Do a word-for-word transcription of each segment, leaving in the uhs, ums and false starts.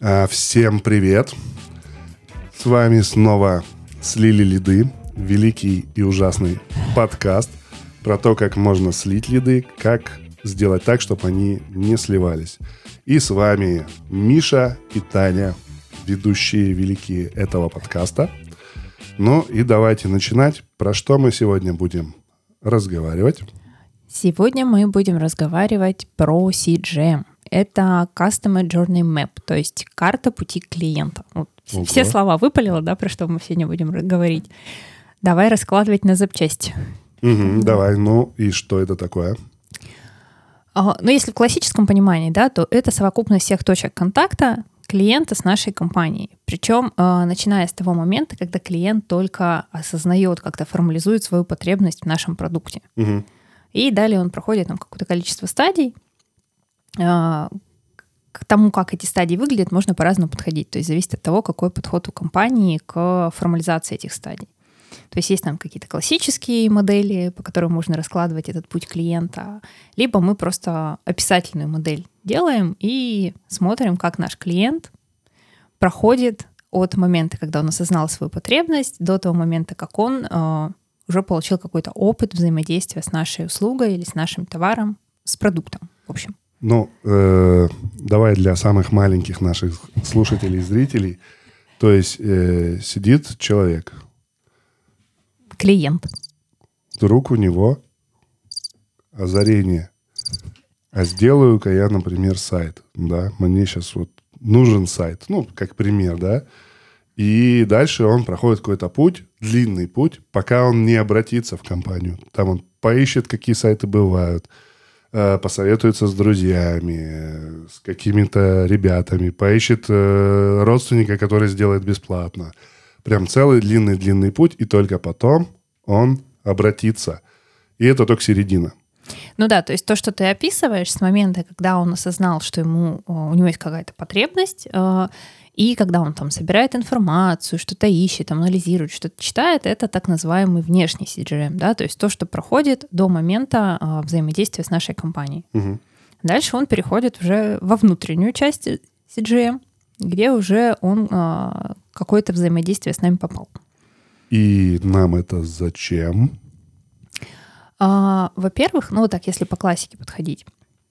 Всем привет! С вами снова «Слили лиды», великий и ужасный подкаст про то, как можно слить лиды, как сделать так, чтобы они не сливались. И с вами Миша и Таня, ведущие великие этого подкаста. Ну и давайте начинать. Про что мы сегодня будем разговаривать? Сегодня мы будем разговаривать про си джи эм. Это Customer Journey Map, то есть карта пути клиента. Вот все слова выпалила, да, про что мы сегодня будем говорить. Давай раскладывать на запчасти. Угу, давай, ну и что это такое? А, ну, если в классическом понимании, да, то это совокупность всех точек контакта клиента с нашей компанией. Причем, э, начиная с того момента, когда клиент только осознает, как-то формализует свою потребность в нашем продукте. Угу. И далее он проходит там какое-то количество стадий. К тому, как эти стадии выглядят, можно по-разному подходить. То есть зависит от того, какой подход у компании к формализации этих стадий. То есть есть там какие-то классические модели, по которым можно раскладывать этот путь клиента, либо мы просто описательную модель делаем и смотрим, как наш клиент проходит от момента, когда он осознал свою потребность, до того момента, как он э, уже получил какой-то опыт взаимодействия с нашей услугой или с нашим товаром, с продуктом, в общем. Ну, э, давай для самых маленьких наших слушателей и зрителей. То есть э, сидит человек. Клиент. Вдруг у него озарение. А сделаю-ка я, например, сайт. Да? Мне сейчас вот нужен сайт. Ну, как пример, да. И дальше он проходит какой-то путь, длинный путь, пока он не обратится в компанию. Там он поищет, какие сайты бывают, посоветуется с друзьями, с какими-то ребятами, поищет э, родственника, который сделает бесплатно. Прям целый длинный-длинный путь, и только потом он обратится. И это только середина. Ну да, то есть то, что ты описываешь с момента, когда он осознал, что ему, у него есть какая-то потребность, э, и когда он там собирает информацию, что-то ищет, анализирует, что-то читает, это так называемый внешний си джи эм, да, то есть то, что проходит до момента э, взаимодействия с нашей компанией. Угу. Дальше он переходит уже во внутреннюю часть си джи эм, где уже он э, какое-то взаимодействие с нами попал. И нам это зачем? А, во-первых, ну вот так, если по классике подходить,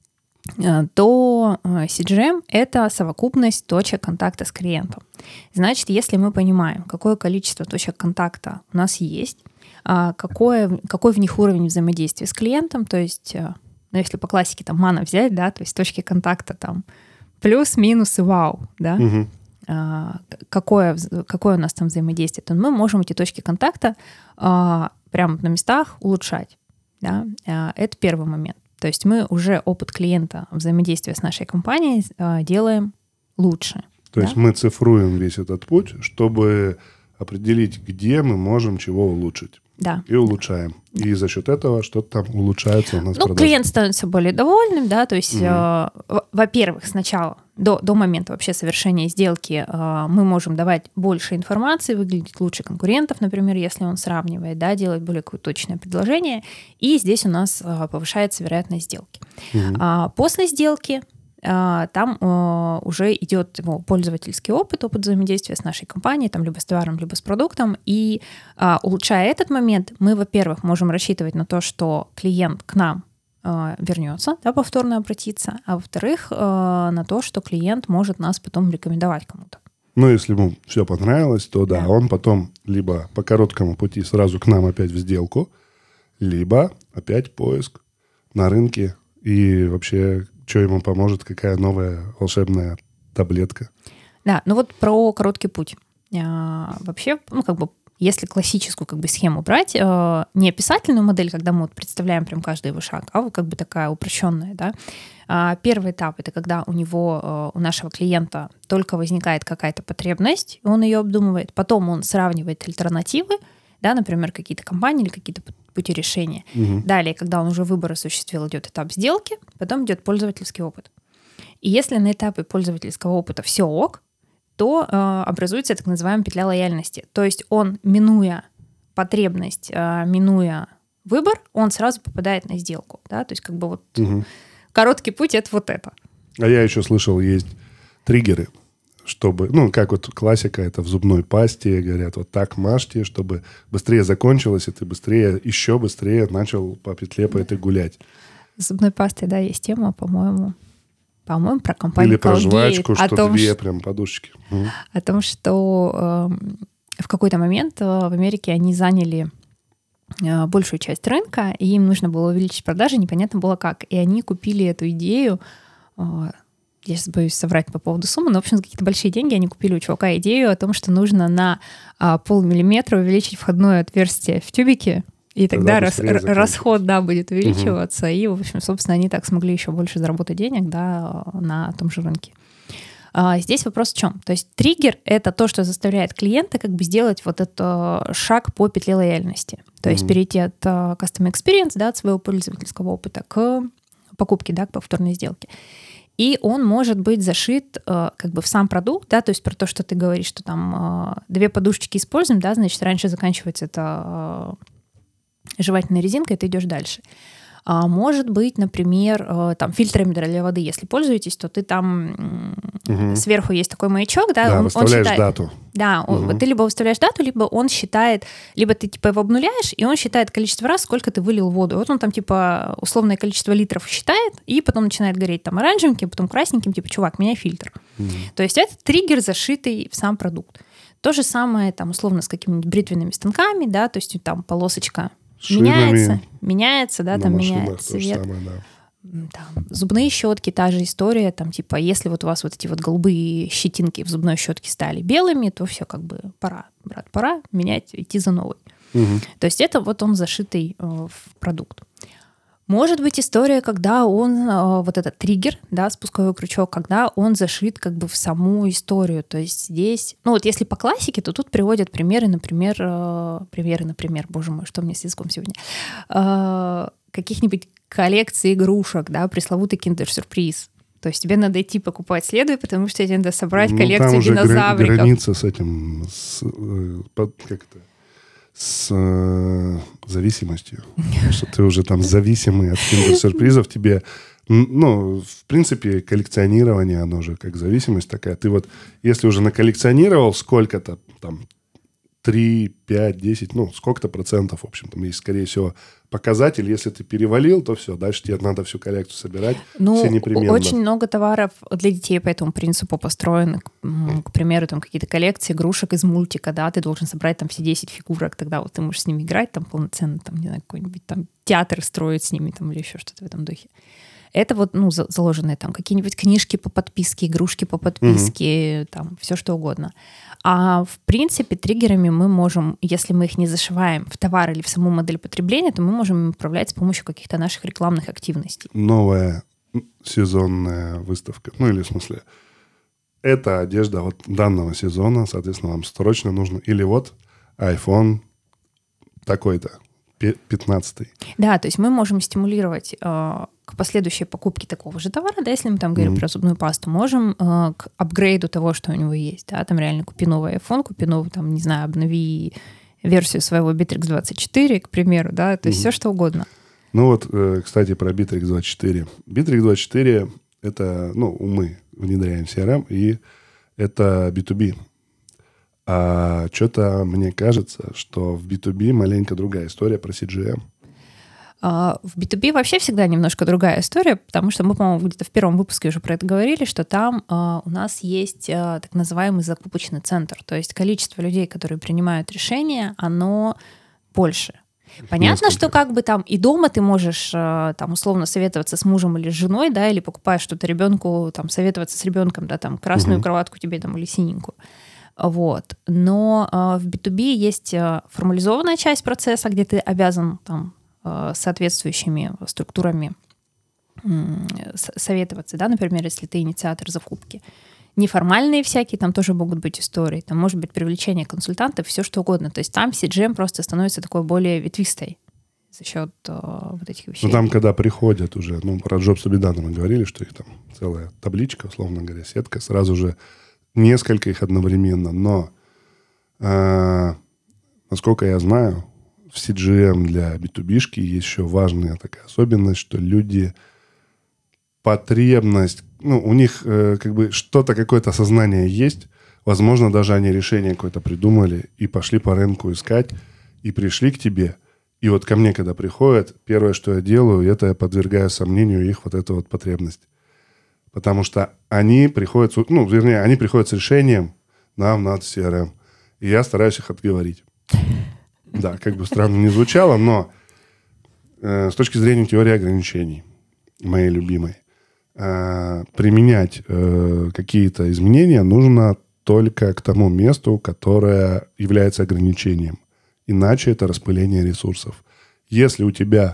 то си джи эм — это совокупность точек контакта с клиентом. Значит, если мы понимаем, какое количество точек контакта у нас есть, какое, какой в них уровень взаимодействия с клиентом, то есть, ну, если по классике там мана взять, да, то есть точки контакта там плюс, минус и вау, да, угу. какое, какое у нас там взаимодействие, то мы можем эти точки контакта прямо на местах улучшать. Да? Это первый момент. То есть мы уже опыт клиента взаимодействия с нашей компанией э, делаем лучше. То да? есть мы цифруем весь этот путь, чтобы определить, где мы можем чего улучшить. Да. И улучшаем. И за счет этого что-то там улучшается у нас. Ну, продажи. Клиент становится более довольным, да, то есть, угу. э, во-первых, сначала, до, до момента вообще совершения сделки э, мы можем давать больше информации, выглядеть лучше конкурентов, например, если он сравнивает, да, делать более точное предложение, и здесь у нас э, повышается вероятность сделки. Угу. А после сделки там э, уже идет его пользовательский опыт, опыт взаимодействия с нашей компанией, там, либо с товаром, либо с продуктом. И э, улучшая этот момент, мы, во-первых, можем рассчитывать на то, что клиент к нам э, вернется, да, повторно обратиться, а во-вторых, э, на то, что клиент может нас потом рекомендовать кому-то. Ну, если ему все понравилось, то да, да, он потом либо по короткому пути сразу к нам опять в сделку, либо опять поиск на рынке и вообще... Что ему поможет, какая новая волшебная таблетка. Да, ну вот про короткий путь. А, вообще, ну как бы, если классическую как бы схему брать, а, не описательную модель, когда мы вот представляем прям каждый его шаг, а вот как бы такая упрощенная, да. А, первый этап — это когда у него, у нашего клиента только возникает какая-то потребность, он ее обдумывает, потом он сравнивает альтернативы, да, например, какие-то компании или какие-то пути решения. Угу. Далее, когда он уже выбор осуществил, идет этап сделки, потом идет пользовательский опыт. И если на этапе пользовательского опыта все ок, то э, образуется так называемая петля лояльности. То есть он, минуя потребность, э, минуя выбор, он сразу попадает на сделку. Да? То есть как бы вот угу. короткий путь — это вот это. А я еще слышал, есть триггеры. чтобы, ну, как вот классика, это в зубной пасте, говорят, вот так мажьте, чтобы быстрее закончилось, и ты быстрее, еще быстрее начал по петле по этой гулять. С зубной пастой, да, есть тема, по-моему, по-моему, про компанию Или про Colgate, жвачку, что том, две ш... прям подушечки. Mm. О том, что э, в какой-то момент э, в Америке они заняли э, большую часть рынка, и им нужно было увеличить продажи, непонятно было как. И они купили эту идею, э, я сейчас боюсь соврать по поводу суммы, но, в общем, за какие-то большие деньги они купили у чувака идею о том, что нужно на э, полмиллиметра увеличить входное отверстие в тюбике, и тогда, тогда рас, расход, да, будет увеличиваться. Угу. И, в общем, собственно, они так смогли еще больше заработать денег, да, на том же рынке. А здесь вопрос в чем? То есть триггер — это то, что заставляет клиента как бы сделать вот этот шаг по петле лояльности. То угу. есть перейти от uh, custom experience, да, от своего пользовательского опыта к покупке, да, к повторной сделке. И он может быть зашит uh, как бы в сам продукт, да, то есть про то, что ты говоришь, что там uh, две подушечки используем, да, значит, раньше заканчивается это... Uh, жевательной резинкой, ты идешь дальше. А может быть, например, там фильтрами для воды, если пользуетесь, то ты там угу. сверху есть такой маячок, да, да, он, выставляешь он считает, дату. Да, угу. он, ты либо выставляешь дату, либо он считает, либо ты типа его обнуляешь, и он считает количество раз, сколько ты вылил воду. Вот он там типа условное количество литров считает, и потом начинает гореть там оранжевеньким, потом красненьким, типа, чувак, меняй фильтр. Угу. То есть это триггер, зашитый в сам продукт. То же самое там условно с какими-нибудь бритвенными станками, да, то есть там полосочка Шинами, меняется, меняется, да, там меняется цвет. Самое, да. Там, зубные щетки, та же история, там, типа, если вот у вас вот эти вот голубые щетинки в зубной щетке стали белыми, то все, как бы, пора, брат, пора менять, идти за новой. Угу. То есть это вот он зашитый э, в продукт. Может быть история, когда он, э, вот этот триггер, да, спусковой крючок, когда он зашит как бы в саму историю. То есть здесь, ну вот если по классике, то тут приводят примеры, например, э, примеры, например, боже мой, что у меня с языком сегодня, э, каких-нибудь коллекций игрушек, да, пресловутый киндер-сюрприз. То есть тебе надо идти покупать следуй, потому что тебе надо собрать ну, коллекцию там уже динозавриков. Граница с этим, с, как это, с э, зависимостью. Потому что ты уже там зависимый от киндер-сюрпризов. Тебе, ну, в принципе, коллекционирование, оно же как зависимость такая. Ты вот, если уже наколлекционировал сколько-то, там, три, пять, десять, ну, сколько-то процентов, в общем, там есть, скорее всего, показатель. Если ты перевалил, то все, дальше тебе надо всю коллекцию собирать. Ну, все непременно. Очень много товаров для детей по этому принципу построены. К примеру, там какие-то коллекции игрушек из мультика, да, ты должен собрать там все десять фигурок, тогда вот ты можешь с ними играть там полноценно, там, не знаю, какой-нибудь там театр строить с ними там или еще что-то в этом духе. Это вот, ну, заложенные там какие-нибудь книжки по подписке, игрушки по подписке, угу. там, все что угодно. А в принципе триггерами мы можем, если мы их не зашиваем в товар или в саму модель потребления, то мы можем им управлять с помощью каких-то наших рекламных активностей. Новая сезонная выставка, ну или в смысле, это одежда вот данного сезона, соответственно, вам срочно нужно. Или вот iPhone такой-то, пятнадцатый. Да, то есть мы можем стимулировать э, к последующей покупке такого же товара, да, если мы там говорим mm-hmm. про зубную пасту, можем э, к апгрейду того, что у него есть, да, там реально купи новый iPhone, купи новый, там, не знаю, обнови версию своего Bittrex двадцать четыре, к примеру, да, то есть mm-hmm. все что угодно. Ну вот, э, кстати, про Bittrex двадцать четыре. Bittrex двадцать четыре — это, ну, мы внедряем си ар эм, и это би ту би. А что-то мне кажется, что в би ту би маленько другая история про си джи эм. Uh, в би ту би вообще всегда немножко другая история, потому что мы, по-моему, где-то в первом выпуске уже про это говорили, что там uh, у нас есть uh, так называемый закупочный центр. То есть количество людей, которые принимают решения, оно больше. Понятно, Несколько. Что как бы там и дома ты можешь uh, там условно советоваться с мужем или с женой, да, или покупаешь что-то ребенку, там советоваться с ребенком, да, там красную угу. кроватку тебе там или синенькую. Вот. Но э, в би ту би есть э, формализованная часть процесса, где ты обязан там, э, соответствующими структурами э, советоваться, да, например, если ты инициатор закупки. Неформальные всякие, там тоже могут быть истории, там может быть привлечение консультантов, все что угодно. То есть там си джи эм просто становится такой более ветвистой за счет э, вот этих вещей. Ну там, когда приходят уже, ну, про Jobs to be done мы говорили, что их там целая табличка, условно говоря, сетка, сразу же несколько их одновременно, но э, насколько я знаю, в си джи эм для би ту би-шки есть еще важная такая особенность, что люди потребность, ну, у них э, как бы что-то, какое-то сознание есть, возможно, даже они решение какое-то придумали и пошли по рынку искать, и пришли к тебе. И вот ко мне, когда приходят, первое, что я делаю, это я подвергаю сомнению их вот эту вот потребность. Потому что они приходят, ну, вернее, они приходят с решением, нам надо си эр эм. И я стараюсь их отговорить. Да, как бы странно не звучало, но э, с точки зрения теории ограничений, моей любимой, э, применять э, какие-то изменения нужно только к тому месту, которое является ограничением. Иначе это распыление ресурсов. Если у тебя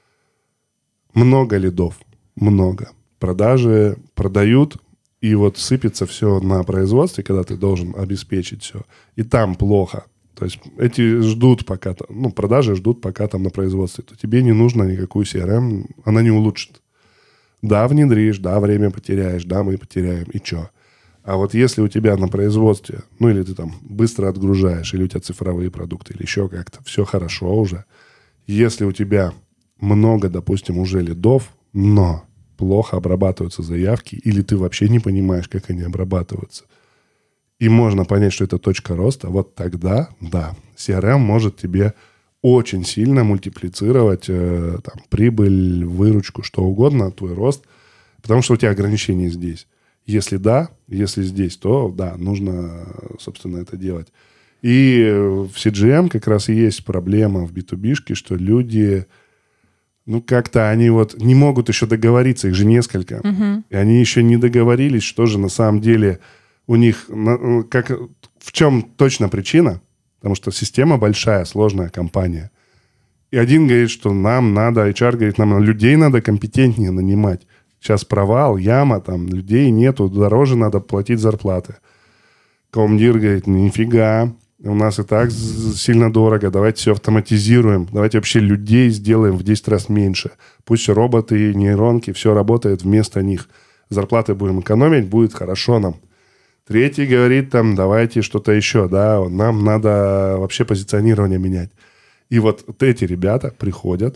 много лидов, много, продажи продают, и вот сыпется все на производстве, когда ты должен обеспечить все, и там плохо. То есть эти ждут пока, ну, продажи ждут пока там на производстве, то тебе не нужно никакую си эр эм, она не улучшит. Да, внедришь, да, время потеряешь, да, мы потеряем, и что? А вот если у тебя на производстве, ну, или ты там быстро отгружаешь, или у тебя цифровые продукты, или еще как-то, все хорошо уже. Если у тебя много, допустим, уже лидов, но плохо обрабатываются заявки, или ты вообще не понимаешь, как они обрабатываются, и можно понять, что это точка роста, вот тогда, да, си эр эм может тебе очень сильно мультиплицировать э, там, прибыль, выручку, что угодно, твой рост, потому что у тебя ограничения здесь. Если да, если здесь, то да, нужно, собственно, это делать. И в си джи эм как раз и есть проблема в би ту би-шке, что люди, ну, как-то они вот не могут еще договориться, их же несколько. Uh-huh. И они еще не договорились, что же на самом деле у них, как, в чем точно причина, потому что система большая, сложная компания. И один говорит, что нам надо, эйч ар говорит, нам людей надо компетентнее нанимать. Сейчас провал, яма, там, людей нету, дороже надо платить зарплаты. Комдир говорит, нифига, у нас и так сильно дорого, давайте все автоматизируем, давайте вообще людей сделаем в десять раз меньше. Пусть роботы и нейронки, все работает вместо них. Зарплаты будем экономить, будет хорошо нам. Третий говорит, там, давайте что-то еще, да, нам надо вообще позиционирование менять. И вот, вот эти ребята приходят.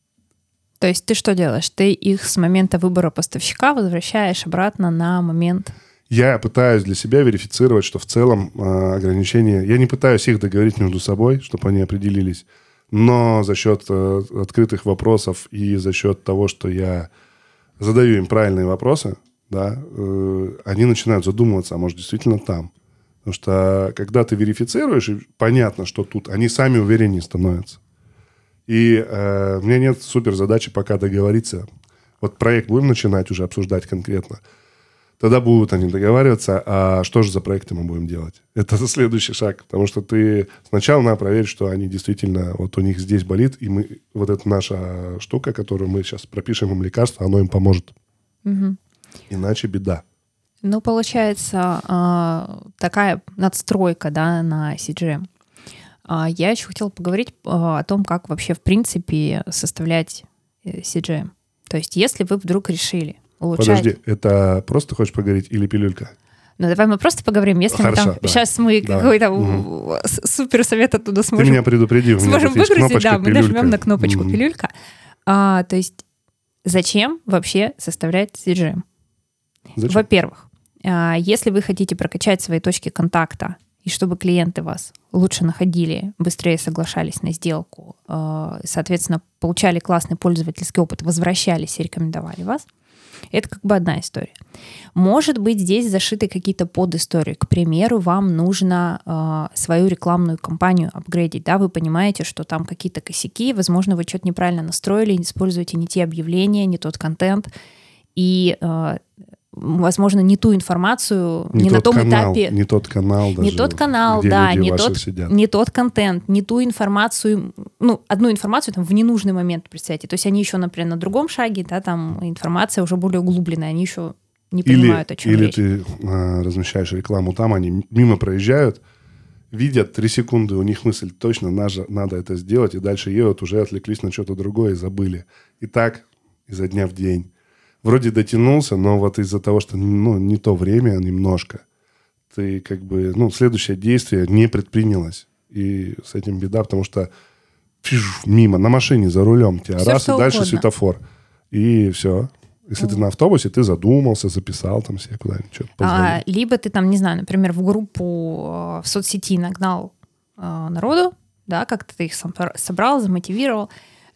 То есть ты что делаешь? Ты их с момента выбора поставщика возвращаешь обратно на момент... Я пытаюсь для себя верифицировать, что в целом э, ограничения... Я не пытаюсь их договорить между собой, чтобы они определились, но за счет э, открытых вопросов и за счет того, что я задаю им правильные вопросы, да, э, они начинают задумываться, а может, действительно там. Потому что когда ты верифицируешь, и понятно, что тут, они сами увереннее становятся. И э, у меня нет супер задачи пока договориться. Вот проект будем начинать уже обсуждать конкретно. Тогда будут они договариваться, а что же за проекты мы будем делать. Это следующий шаг, потому что ты сначала надо проверить, что они действительно, вот у них здесь болит, и мы, вот эта наша штука, которую мы сейчас пропишем им лекарство, оно им поможет. Угу. Иначе беда. Ну, получается, такая надстройка, да, на си джи эм. Я еще хотела поговорить о том, как вообще, в принципе, составлять си джи эм. То есть, если вы вдруг решили улучшать... Подожди, это просто хочешь поговорить или пилюлька? Ну, давай мы просто поговорим. Если Хорошо, мы там... давай. Сейчас мы давай. какой-то угу. супер совет оттуда сможем... Ты меня предупреди, у меня сможем тут есть выгрузить, да, кнопочка мы нажмем на кнопочку угу. пилюлька. А, то есть, зачем вообще составлять си джи эм? Зачем? Во-первых, если вы хотите прокачать свои точки контакта, и чтобы клиенты вас лучше находили, быстрее соглашались на сделку, соответственно, получали классный пользовательский опыт, возвращались и рекомендовали вас, это как бы одна история. Может быть, здесь зашиты какие-то подистории. К примеру, вам нужно свою рекламную кампанию апгрейдить, да, вы понимаете, что там какие-то косяки, возможно, вы что-то неправильно настроили, используете не те объявления, не тот контент, и возможно, не ту информацию, не, не на том канал, этапе. Не тот канал даже. Не тот канал, да, не тот, не тот контент, не ту информацию, ну, одну информацию там в ненужный момент, представьте. То есть они еще, например, на другом шаге, да, там информация уже более углубленная, они еще не понимают, или, о чем или речь. Или ты а, размещаешь рекламу там, они мимо проезжают, видят три секунды, у них мысль, точно надо, надо это сделать, и дальше едут, уже отвлеклись на что-то другое и забыли. И так изо дня в день. Вроде дотянулся, но вот из-за того, что ну, не то время немножко, ты как бы, ну, следующее действие не предпринялось. И с этим беда, потому что фиш, мимо, на машине, за рулем тебя все, раз, и дальше угодно. светофор. И все. Если ты на автобусе, ты задумался, записал там себе куда-нибудь, что-то позвонил. А, либо ты там, не знаю, например, в группу в соцсети нагнал э, народу, да, как-то ты их сам собрал, замотивировал,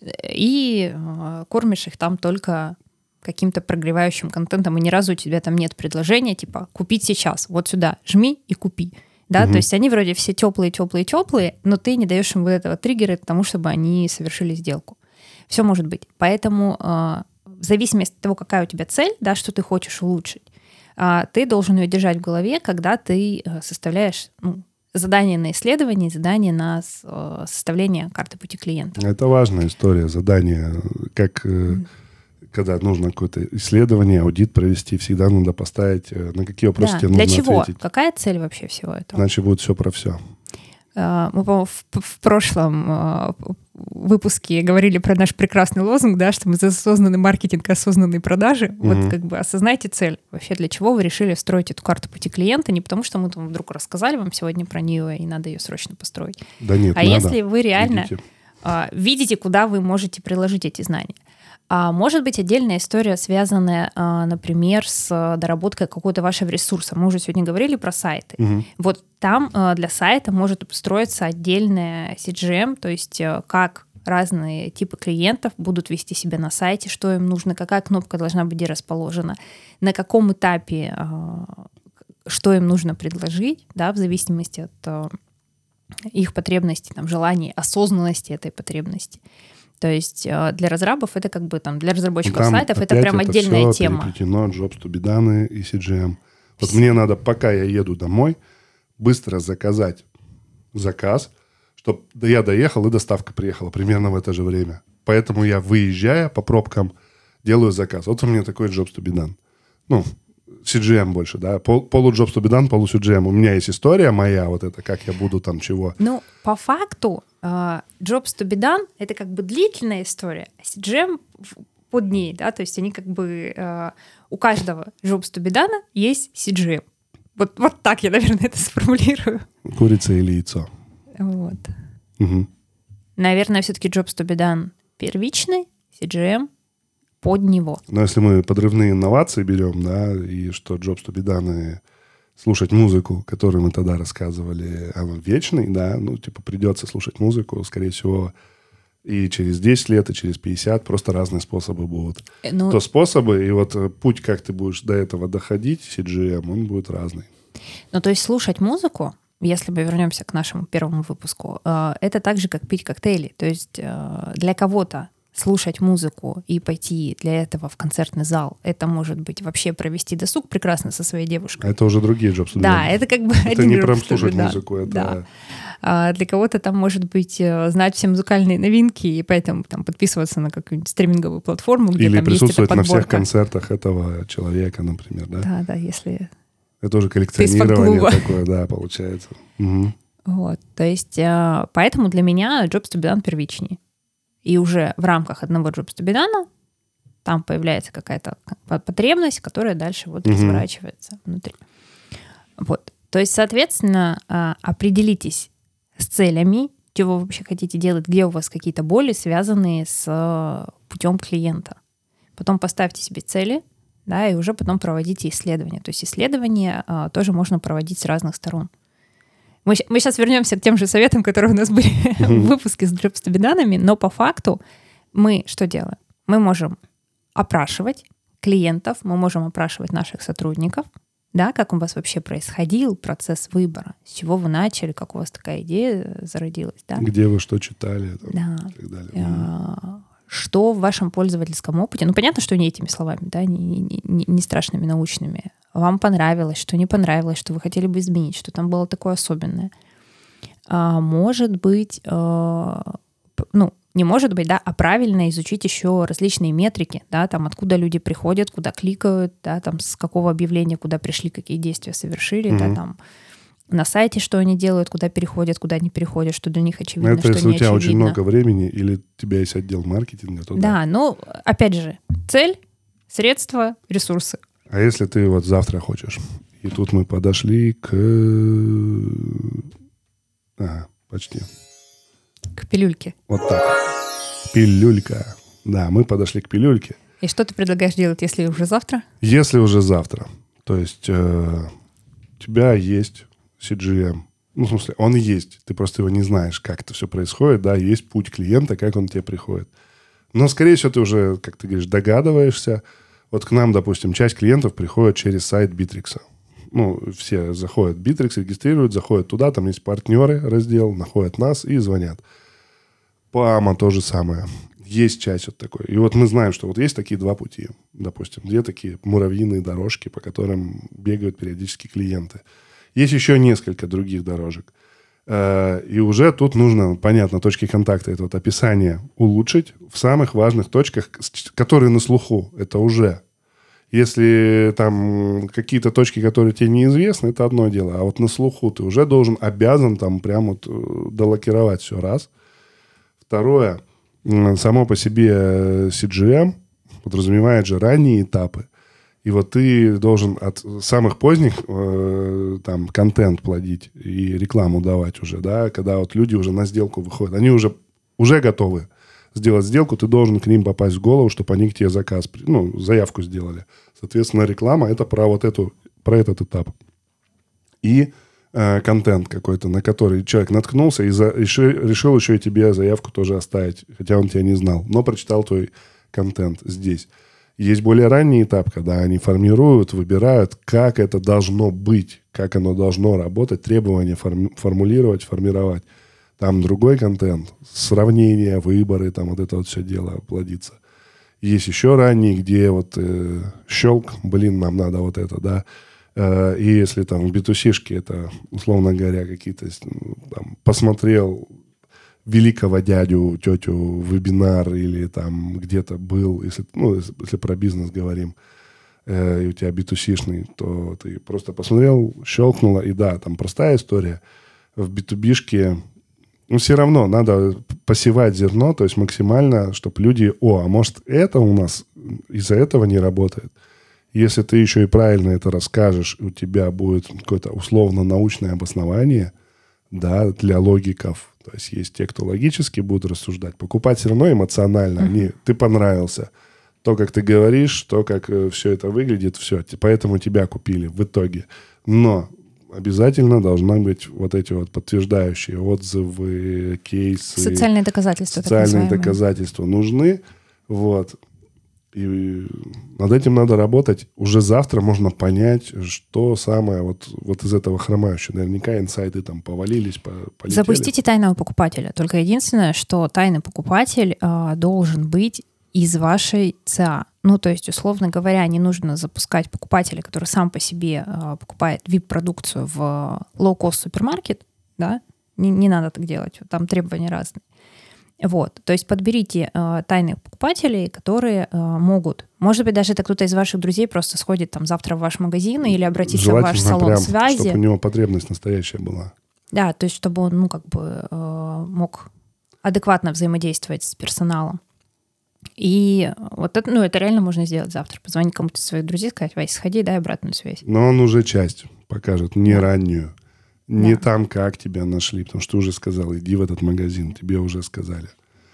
и э, кормишь их там только каким-то прогревающим контентом, и ни разу у тебя там нет предложения, типа, купить сейчас, вот сюда, жми и купи. Да, угу. То есть они вроде все теплые, теплые, теплые, но ты не даешь им вот этого триггера к тому, чтобы они совершили сделку. Все может быть. Поэтому э, в зависимости от того, какая у тебя цель, да, что ты хочешь улучшить, э, ты должен ее держать в голове, когда ты э, составляешь ну, задание на исследование, задание на э, составление карты пути клиента. Это важная история, задание, как... Э, mm. Когда нужно какое-то исследование, аудит провести, всегда надо поставить, на какие вопросы да. тебе нужно ответить. Для чего? Ответить. Какая цель вообще всего этого? Иначе будет все про все. Мы, по-моему, в, в прошлом выпуске говорили про наш прекрасный лозунг, да, что мы за осознанный маркетинг, осознанные продажи. Mm-hmm. Вот как бы осознайте цель. Вообще для чего вы решили строить эту карту пути клиента? Не потому, что мы там вдруг рассказали вам сегодня про нее, и надо ее срочно построить. Да нет, а надо. если вы реально видите. видите, куда вы можете приложить эти знания. А может быть отдельная история, связанная, например, с доработкой какого-то вашего ресурса. Мы уже сегодня говорили про сайты. Угу. Вот там для сайта может строиться отдельная си джи эм, то есть как разные типы клиентов будут вести себя на сайте, что им нужно, какая кнопка должна быть где расположена, на каком этапе, что им нужно предложить, да, в зависимости от их потребностей, там, желаний, осознанности этой потребности. То есть для разрабов это как бы там, для разработчиков там сайтов это прям это отдельная все тема. Переплетено, Jobs to be done и си джи эм. Вот мне надо, пока я еду домой, быстро заказать заказ, чтобы я доехал и доставка приехала примерно в это же время. Поэтому я, выезжая по пробкам, делаю заказ. Вот у меня такой Jobs to be done. Ну, си джи эм больше, да, полу Jobs to be done, полу си джи эм. У меня есть история моя, вот это, как я буду там чего. Ну, по факту uh, Jobs to be done — это как бы длительная история, а си джи эм под ней, да, то есть они как бы uh, у каждого Jobs to be done есть си джи эм. Вот, вот так я, наверное, это сформулирую. Курица или яйцо. Вот. Угу. Наверное, все-таки Jobs to be done первичный, си джи эм под него. Но если мы подрывные инновации берем, да, и что Jobs to be done, и слушать музыку, которую мы тогда рассказывали, она вечный, да, ну, типа, придется слушать музыку, скорее всего, и через десять лет, и через пятьдесят, просто разные способы будут. Ну, то способы, и вот путь, как ты будешь до этого доходить, си джи эм, он будет разный. Ну, то есть слушать музыку, если мы вернемся к нашему первому выпуску, это так же, как пить коктейли. То есть для кого-то слушать музыку и пойти для этого в концертный зал, это может быть вообще провести досуг прекрасно со своей девушкой. А это уже другие Jobs to be done. Да, это как бы это один не Jobs прям to be слушать done. музыку, это... Да. А для кого-то там может быть знать все музыкальные новинки и поэтому там подписываться на какую-нибудь стриминговую платформу, где или там присутствовать есть эта на подборка. всех концертах этого человека, например, да? Да, да, если... Это уже коллекционирование такое, да, получается. Угу. Вот, то есть поэтому для меня Jobs to be done первичнее. И уже в рамках одного Jobs to be done там появляется какая-то потребность, которая дальше вот mm-hmm. разворачивается внутри. Вот. То есть, соответственно, определитесь с целями, чего вы вообще хотите делать, где у вас какие-то боли, связанные с путем клиента. Потом поставьте себе цели, да, и уже потом проводите исследования. То есть исследования тоже можно проводить с разных сторон. Мы, мы сейчас вернемся к тем же советам, которые у нас были mm-hmm. в выпуске с Jobs to be done, но по факту мы что делаем? Мы можем опрашивать клиентов, мы можем опрашивать наших сотрудников, да, как у вас вообще происходил процесс выбора, с чего вы начали, как у вас такая идея зародилась. Да? Где вы что читали. Там, да. И так далее. Mm-hmm. Что в вашем пользовательском опыте? Ну, понятно, что не этими словами, да, не, не, не страшными научными. Вам понравилось, что не понравилось, что вы хотели бы изменить, что там было такое особенное. А, может быть, а, ну, не может быть, да, а правильно изучить еще различные метрики, да, там, откуда люди приходят, куда кликают, да, там, с какого объявления, куда пришли, какие действия совершили, mm-hmm. да, там, на сайте, что они делают, куда переходят, куда не переходят, что для них очевидно, это что не очевидно. Это если у тебя очень много времени или у тебя есть отдел маркетинга, то да. Да, ну, опять же, цель, средства, ресурсы. А если ты вот завтра хочешь, и тут мы подошли к... Ага, почти. К пилюльке. Вот так. Пилюлька. Да, мы подошли к пилюльке. И что ты предлагаешь делать, если уже завтра? Если уже завтра. То есть э, у тебя есть си джи эм. Ну, в смысле, он есть. Ты просто его не знаешь, как это все происходит. Да, есть путь клиента, как он к тебе приходит. Но, скорее всего, ты уже, как ты говоришь, догадываешься. Вот к нам, допустим, часть клиентов приходит через сайт Bittrex. Ну, все заходят в Bittrex, регистрируют, заходят туда, там есть партнеры, раздел, находят нас и звонят. По АМА то же самое. Есть часть вот такой. И вот мы знаем, что вот есть такие два пути. Допустим, две такие муравьиные дорожки, по которым бегают периодически клиенты. Есть еще несколько других дорожек. И уже тут нужно, понятно, точки контакта, это вот описание улучшить в самых важных точках, которые на слуху. Это уже. Если там какие-то точки, которые тебе неизвестны, это одно дело. А вот на слуху ты уже должен, обязан там прям вот долокировать все раз. Второе. Само по себе си джи эм подразумевает же ранние этапы. И вот ты должен от самых поздних э, там контент плодить и рекламу давать уже, да, когда вот люди уже на сделку выходят. Они уже, уже готовы сделать сделку, ты должен к ним попасть в голову, чтобы они к тебе заказ, ну, заявку сделали. Соответственно, реклама – это про вот эту, про этот этап. И э, контент какой-то, на который человек наткнулся и за, решил, решил еще и тебе заявку тоже оставить, хотя он тебя не знал, но прочитал твой контент здесь. Есть более ранний этап, когда они формируют, выбирают, как это должно быть, как оно должно работать, требования форми- формулировать, формировать. Там другой контент, сравнения, выборы, там вот это вот все дело плодится. Есть еще ранний, где вот э, щелк, блин, нам надо вот это, да. Э, и если там в би ту си-шке это, условно говоря, какие-то, ну, там, посмотрел великого дядю, тетю, вебинар или там где-то был, если, ну, если, если про бизнес говорим, э, и у тебя би ту си-шный, то ты просто посмотрел, щелкнуло, и да, там простая история. В би ту би-шке, ну, все равно надо посевать зерно, то есть максимально, чтобы люди, о, а может это у нас из-за этого не работает. Если ты еще и правильно это расскажешь, у тебя будет какое-то условно-научное обоснование, да, для логиков. То есть есть те, кто логически будут рассуждать. Покупать все равно эмоционально. Они, ты понравился. То, как ты говоришь, то, как э, все это выглядит, все. Поэтому тебя купили в итоге. Но обязательно должны быть вот эти вот подтверждающие отзывы, кейсы. Социальные доказательства. Социальные доказательства нужны. Вот. И над этим надо работать. Уже завтра можно понять, что самое вот, вот из этого хромающего. Наверняка инсайды там повалились, полетели. Запустите тайного покупателя. Только единственное, что тайный покупатель э, должен быть из вашей ЦА. Ну, то есть, условно говоря, не нужно запускать покупателя, который сам по себе э, покупает ви ай пи-продукцию в лоу-кост супермаркет, да? Не, не надо так делать. Там требования разные. Вот, то есть подберите э, тайных покупателей, которые э, могут, может быть, даже это кто-то из ваших друзей просто сходит там завтра в ваш магазин или обратится в ваш салон прям, связи. чтобы у него потребность настоящая была. Да, то есть чтобы он, ну, как бы э, мог адекватно взаимодействовать с персоналом. И вот это, ну, это реально можно сделать завтра. Позвонить кому-то из своих друзей, сказать: Вась, сходи, дай обратную связь. Но он уже часть покажет, не да. раннюю. Не да. там, как тебя нашли, потому что ты уже сказал, иди в этот магазин, тебе уже сказали.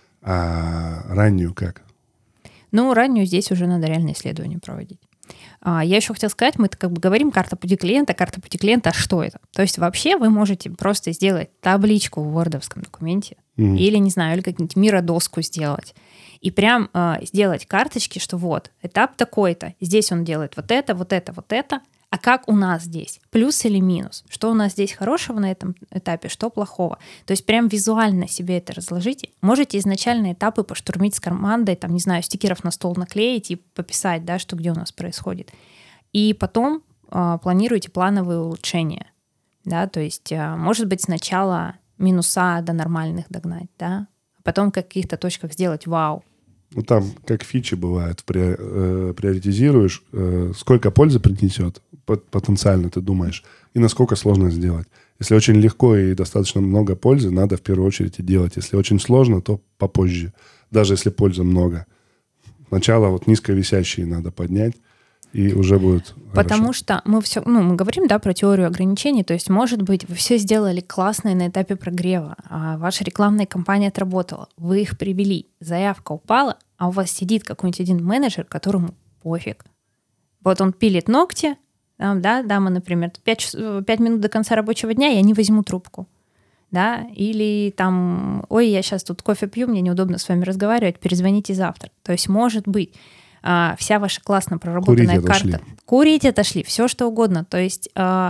А раннюю как? Ну, раннюю здесь уже надо реальное исследование проводить. А, я еще хотела сказать, мы как бы говорим карта пути клиента, карта пути клиента, а что это? То есть вообще вы можете просто сделать табличку в вордовском документе mm-hmm. или, не знаю, или как-нибудь миродоску сделать. И прям э, сделать карточки, что вот, этап такой-то, здесь он делает вот это, вот это, вот это, а как у нас здесь? Плюс или минус? Что у нас здесь хорошего на этом этапе, что плохого? То есть прям визуально себе это разложите. Можете изначальные этапы поштурмить с командой, там, не знаю, стикеров на стол наклеить и пописать, да, что где у нас происходит. И потом э, планируйте плановые улучшения. Да, то есть, э, может быть, сначала минуса до нормальных догнать, да, а потом в каких-то точках сделать вау. Ну, там, как фичи бывают, при, э, приоритизируешь, э, сколько пользы принесет потенциально, ты думаешь, и насколько сложно сделать. Если очень легко и достаточно много пользы, надо в первую очередь и делать. Если очень сложно, то попозже, даже если пользы много. Сначала вот низковисящие надо поднять, и уже будет Потому хорошо. что мы все, ну, мы говорим, да, про теорию ограничений, то есть, может быть, вы все сделали классно на этапе прогрева, а ваша рекламная кампания отработала, вы их привели, заявка упала, а у вас сидит какой-нибудь один менеджер, которому пофиг. Вот он пилит ногти, там, да, дама, например, пять минут до конца рабочего дня, я не возьму трубку. Да, или там, ой, я сейчас тут кофе пью, мне неудобно с вами разговаривать, перезвоните завтра. То есть, может быть, вся ваша классно проработанная Курить карта... Отошли. Курить отошли, все что угодно. То есть,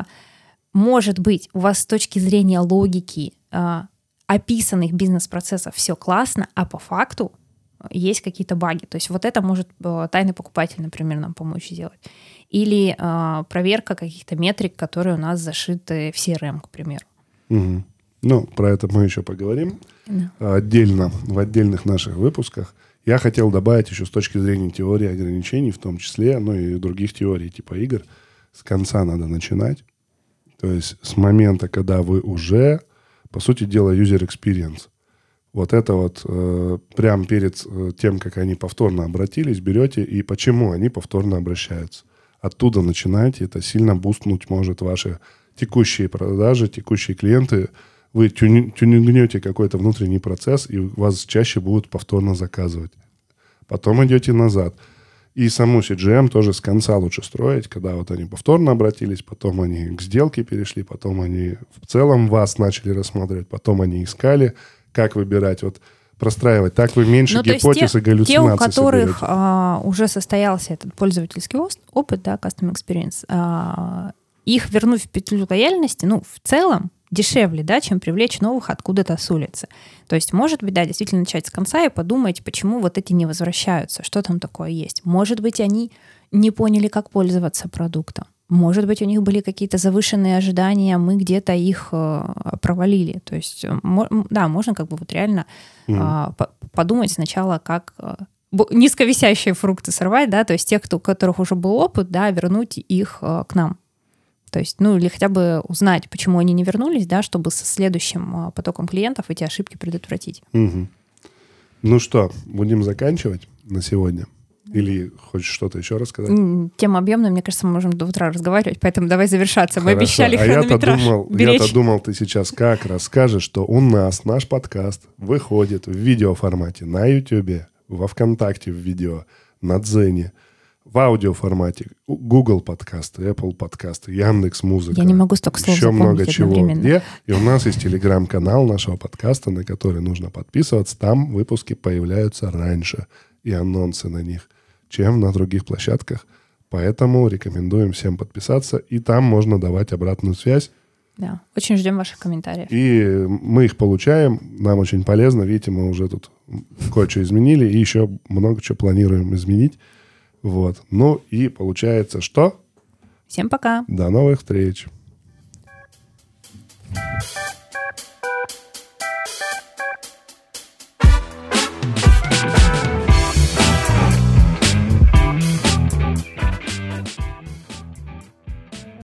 может быть, у вас с точки зрения логики описанных бизнес-процессов все классно, а по факту есть какие-то баги. То есть вот это может тайный покупатель, например, нам помочь сделать. Или проверка каких-то метрик, которые у нас зашиты в си эр эм, к примеру. Угу. Ну, про это мы еще поговорим Да. отдельно, в отдельных наших выпусках. Я хотел добавить еще с точки зрения теории ограничений, в том числе, ну и других теорий типа игр, с конца надо начинать. То есть с момента, когда вы уже, по сути дела, user experience. Вот это вот э, прямо перед э, тем, как они повторно обратились, берете и почему они повторно обращаются. Оттуда начинайте, это сильно бустнуть может ваши текущие продажи, текущие клиенты. Вы тюни- тюнингнете какой-то внутренний процесс, и вас чаще будут повторно заказывать. Потом идете назад. И саму си джи эм тоже с конца лучше строить, когда вот они повторно обратились, потом они к сделке перешли, потом они в целом вас начали рассматривать, потом они искали, как выбирать, вот простраивать. Так вы меньше ну, гипотез те, и галлюцинаций те, у которых соберете. а, уже состоялся этот пользовательский опыт, да, Custom Experience, а, их вернуть в петлю лояльности, ну, в целом, дешевле, да, чем привлечь новых откуда-то с улицы. То есть, может быть, да, действительно начать с конца и подумать, почему вот эти не возвращаются, что там такое есть. Может быть, они не поняли, как пользоваться продуктом. Может быть, у них были какие-то завышенные ожидания, мы где-то их э, провалили. То есть, мо- да, можно как бы вот реально mm. э, по- подумать сначала, как э, низковисящие фрукты сорвать, да, то есть тех, кто, у которых уже был опыт, да, вернуть их э, к нам. То есть, ну, или хотя бы узнать, почему они не вернулись, да, чтобы со следующим потоком клиентов эти ошибки предотвратить. Угу. Ну что, будем заканчивать на сегодня? Или хочешь что-то еще рассказать? Тема объемная, мне кажется, мы можем до утра разговаривать, поэтому давай завершаться. Мы Хорошо. обещали а хронометраж я-то думал, беречь. я-то думал, ты сейчас как расскажешь, что у нас наш подкаст выходит в видеоформате на Ютубе, во ВКонтакте в видео, на Дзене, в аудиоформате, Google подкасты, Apple подкасты, Яндекс.Музыка. Я не могу столько слов еще запомнить много чего. одновременно. Где? И у нас есть телеграм-канал нашего подкаста, на который нужно подписываться. Там выпуски появляются раньше и анонсы на них, чем на других площадках. Поэтому рекомендуем всем подписаться. И там можно давать обратную связь. Да, очень ждем ваших комментариев. И мы их получаем. Нам очень полезно. Видите, мы уже тут кое-что изменили. И еще много чего планируем изменить. Вот. Ну и получается, что? Всем пока. До новых встреч.